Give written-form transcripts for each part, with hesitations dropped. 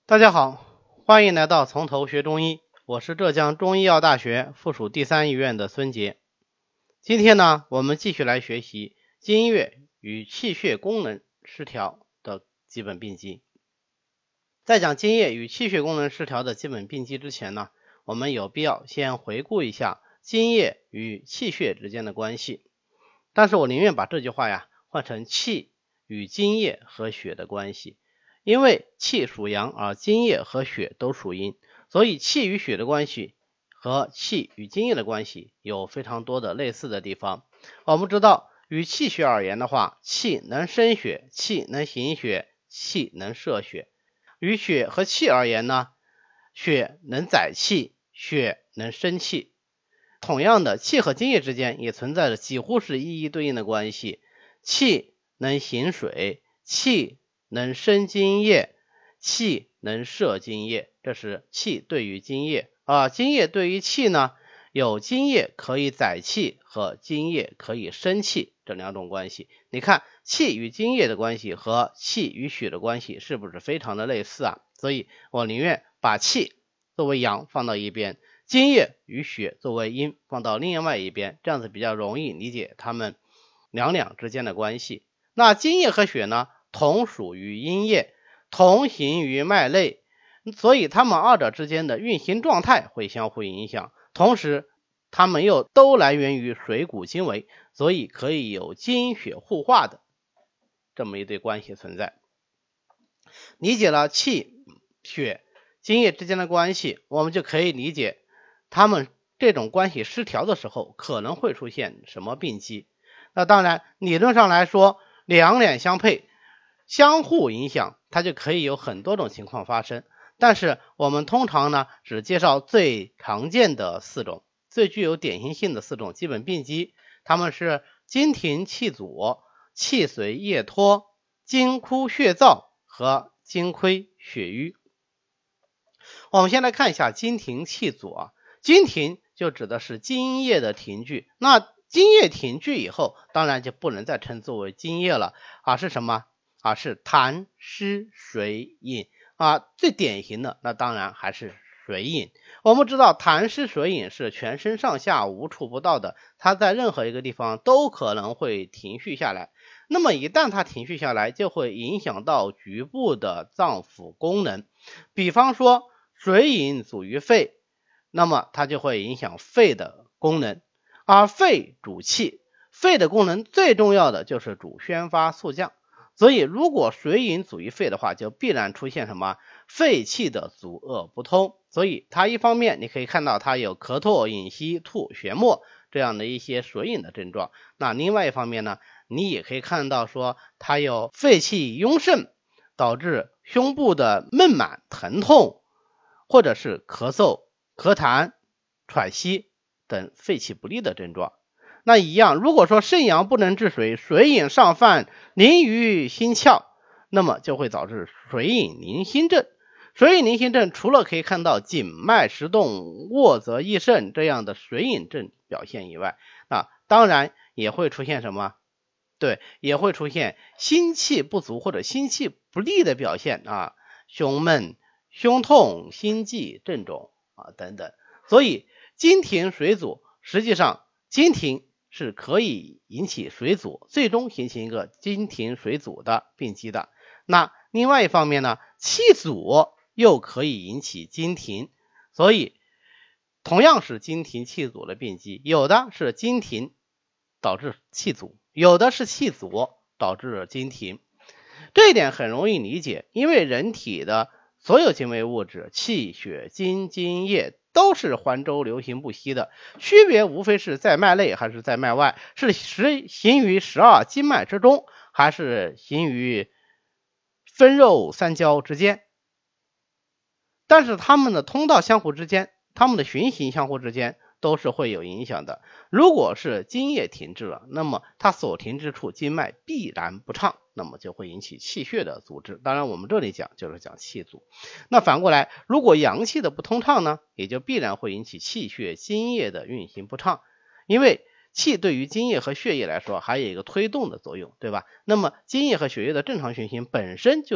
大家好，欢迎来到从头学中医，我是浙江中医药大学附属第三医院的孙杰。今天呢，我们继续来学习津液与气血功能失调的基本病机。在讲津液与气血功能失调的基本病机之前呢，我们有必要先回顾一下津液与气血之间的关系。但是我宁愿把这句话换成气与津液和血的关系。因为气属阳，而津液和血都属阴，所以气与血的关系和气与津液的关系有非常多的类似的地方。我们知道，与气血而言的话，气能生血，气能行血，气能摄血。与血和气而言呢，血能载气，血能生气。同样的，气和津液之间也存在着几乎是一一对应的关系，气能行水，气能生津液，气能摄津液，这是气对于津液。津液对于气呢，有津液可以载气和津液可以生气这两种关系。你看气与津液的关系和气与血的关系是不是非常的类似啊？所以我宁愿把气作为阳放到一边，津液与血作为阴放到另外一边，这样子比较容易理解它们两之间的关系。那津液和血呢，同属于阴液，同行于脉内，所以它们二者之间的运行状态会相互影响，同时它们又都来源于水谷精微，所以可以有津血互化的这么一对关系存在。理解了气、血、津液之间的关系，我们就可以理解它们这种关系失调的时候可能会出现什么病机。那当然理论上来说，两两相配，相互影响，它就可以有很多种情况发生。但是我们通常呢，只介绍最常见的四种，最具有典型性的四种基本病机，它们是津停气阻、气随液脱、津枯血燥和津亏血瘀。我们先来看一下津停气阻津停就指的是津液的停聚，那津液停聚以后，当然就不能再称作为津液了，是什么？是痰湿水饮最典型的那当然还是水饮。我们知道痰湿水饮是全身上下无处不到的，它在任何一个地方都可能会停蓄下来。那么一旦它停蓄下来，就会影响到局部的脏腑功能。比方说水饮阻于肺，那么它就会影响肺的功能。而肺主气，肺的功能最重要的就是主宣发肃降。所以如果水饮阻于肺的话，就必然出现什么肺气的阻遏不通。所以它一方面你可以看到它有咳唾、饮息、吐、血沫这样的一些水饮的症状，那另外一方面呢，你也可以看到说它有肺气壅盛，导致胸部的闷满、疼痛，或者是咳嗽、咳痰、喘息等肺气不利的症状。那一样，如果说肾阳不能治水，水饮上犯，凝于心窍，那么就会导致水饮凝心症。水饮凝心症除了可以看到紧脉失动、卧则益肾这样的水饮症表现以外，当然也会出现什么？对，也会出现心气不足或者心气不利的表现胸闷、胸痛、心悸症状等等。所以津停水阻，实际上津停是可以引起水阻，最终形成一个津停水阻的病机的。那另外一方面呢，气阻又可以引起津停，所以同样是津停气阻的病机，有的是津停导致气阻，有的是气阻导致津停。这一点很容易理解，因为人体的所有精微物质，气血津津液都是环周流行不息的，区别无非是在脉内还是在脉外，是行于12经脉之中，还是行于分肉三焦之间。但是它们的通道相互之间，它们的循行相互之间都是会有影响的。如果是津液停滞了，那么它所停之处经脉必然不畅，那么就会引起气血的阻滞。当然我们这里讲就是讲气阻。那反过来，如果阳气的不通畅呢，也就必然会引起气血津液的运行不畅。因为气对于津液和血液来说还有一个推动的作用，对吧？那么津液和血液的正常循行本身就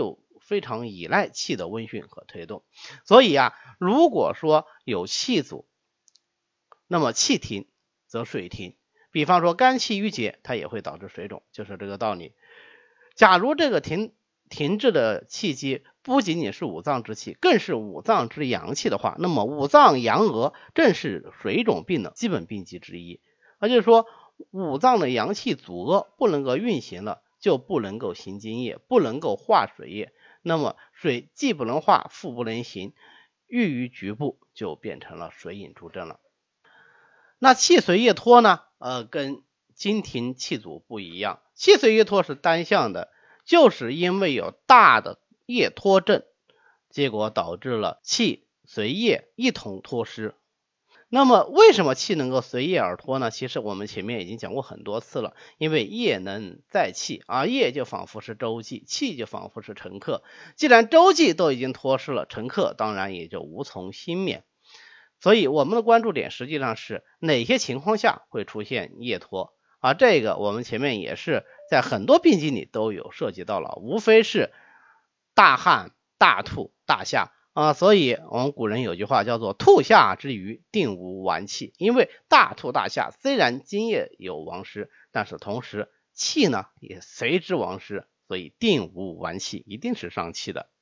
非常依赖气的温煦和推动。所以啊，如果说有气阻，那么气停则水停，比方说肝气郁结，它也会导致水肿，就是这个道理。假如这个停滞的气机不仅仅是五脏之气，更是五脏之阳气的话，那么五脏阳蛾正是水肿病的基本病机之一。就是说五脏的阳气阻遏，不能够运行了，就不能够行津液，不能够化水液，那么水既不能化，腹不能行，郁于局部，就变成了水饮诸症了。那气随液脱呢？跟经停气阻不一样，气随液脱是单向的，就是因为有大的液脱症，结果导致了气随液一同脱失。那么为什么气能够随液而脱呢？其实我们前面已经讲过很多次了，因为液能载气，液就仿佛是舟楫，气就仿佛是乘客，既然舟楫都已经脱失了，乘客当然也就无从幸免。所以我们的关注点实际上是哪些情况下会出现液脱，这个我们前面也是在很多病机里都有涉及到了，无非是大汗、大吐、大下所以我们古人有句话叫做吐下之余定无完气，因为大吐大下虽然津液有亡失，但是同时气呢也随之亡失，所以定无完气，一定是伤气的。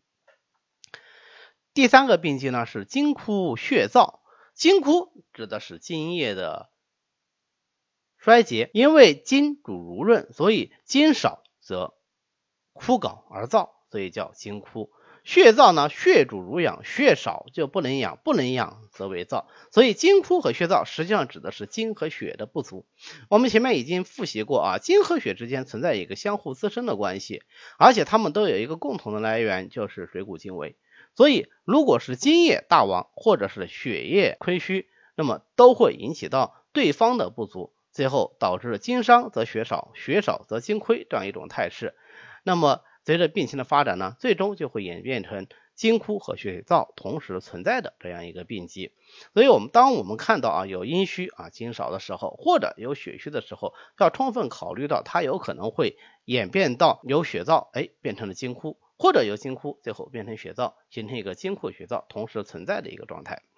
第三个病机呢是津枯血燥，津枯指的是津液的衰竭，因为津主濡润，所以津少则枯槁而燥，所以叫津枯。血燥呢，血主濡养，血少就不能养，不能养则为燥，所以津枯和血燥实际上指的是津和血的不足。我们前面已经复习过津和血之间存在一个相互滋生的关系，而且它们都有一个共同的来源，就是水谷精微。所以如果是津液大亡或者是血液亏虚，那么都会引起到对方的不足，最后导致津伤则血少，血少则津亏这样一种态势。那么随着病情的发展呢，最终就会演变成津枯和血燥同时存在的这样一个病机。所以当我们看到有阴虚津少的时候，或者有血虚的时候，要充分考虑到它有可能会演变到由血燥变成了津枯，或者由津枯最后变成血燥，形成一个津枯血燥同时存在的一个状态。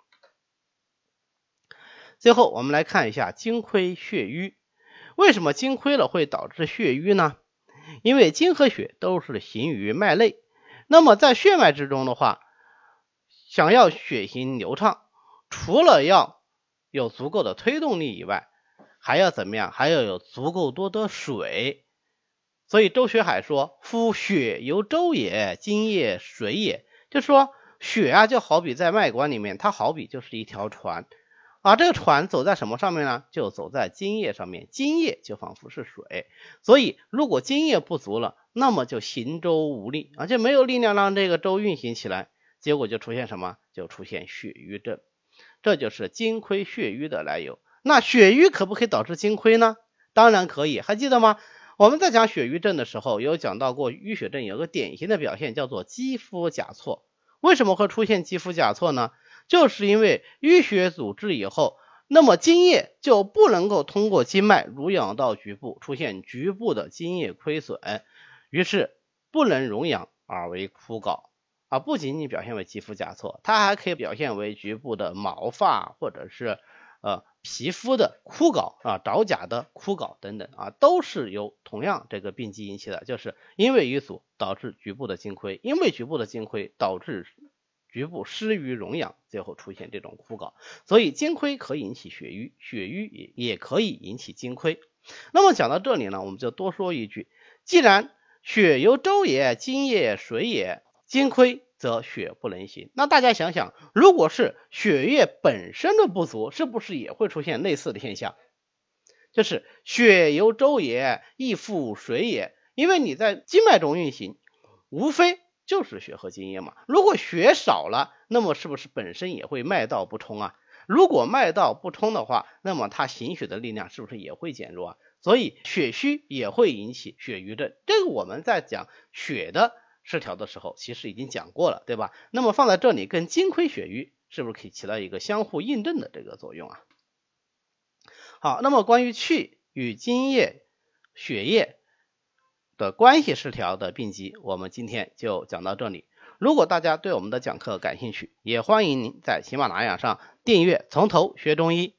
最后我们来看一下津亏血瘀。为什么津亏了会导致血瘀呢？因为津和血都是行于脉内，那么在血脉之中的话，想要血行流畅，除了要有足够的推动力以外，还要怎么样？还要有足够多的水。所以周学海说夫血由周也，津液水也，就说血就好比在脉管里面，它好比就是一条船这个船走在什么上面呢？就走在津液上面，津液就仿佛是水，所以如果津液不足了，那么就行舟无力就没有力量让这个舟运行起来，结果就出现什么？就出现血瘀症，这就是津亏血瘀的来由。那血瘀可不可以导致津亏呢？当然可以，还记得吗？我们在讲血瘀症的时候有讲到过，淤血症有个典型的表现叫做肌肤甲错。为什么会出现肌肤甲错呢？就是因为淤血阻滞以后，那么津液就不能够通过经脉濡养到局部，出现局部的津液亏损，于是不能荣养而为枯槁不仅仅表现为肌肤甲错，它还可以表现为局部的毛发或者是皮肤的枯槁爪甲的枯槁等等都是由同样这个病机引起的，就是因为瘀阻导致局部的津亏，因为局部的津亏导致局部失于荣养，最后出现这种枯槁。所以津亏可以引起血瘀，血瘀也可以引起津亏。那么讲到这里呢，我们就多说一句，既然血由周也，津液水也，津亏则血不能行。那大家想想，如果是血液本身的不足，是不是也会出现类似的现象？就是血由周也，亦复水也，因为你在经脉中运行，无非就是血和津液嘛。如果血少了，那么是不是本身也会脉道不通如果脉道不通的话，那么它行血的力量是不是也会减弱所以血虚也会引起血瘀症。这个我们在讲血的失调的时候其实已经讲过了，对吧？那么放在这里跟津亏血瘀是不是可以起到一个相互印证的这个作用好，那么关于气与津液、血液的关系失调的病机，我们今天就讲到这里。如果大家对我们的讲课感兴趣，也欢迎您在喜马拉雅上订阅从头学中医。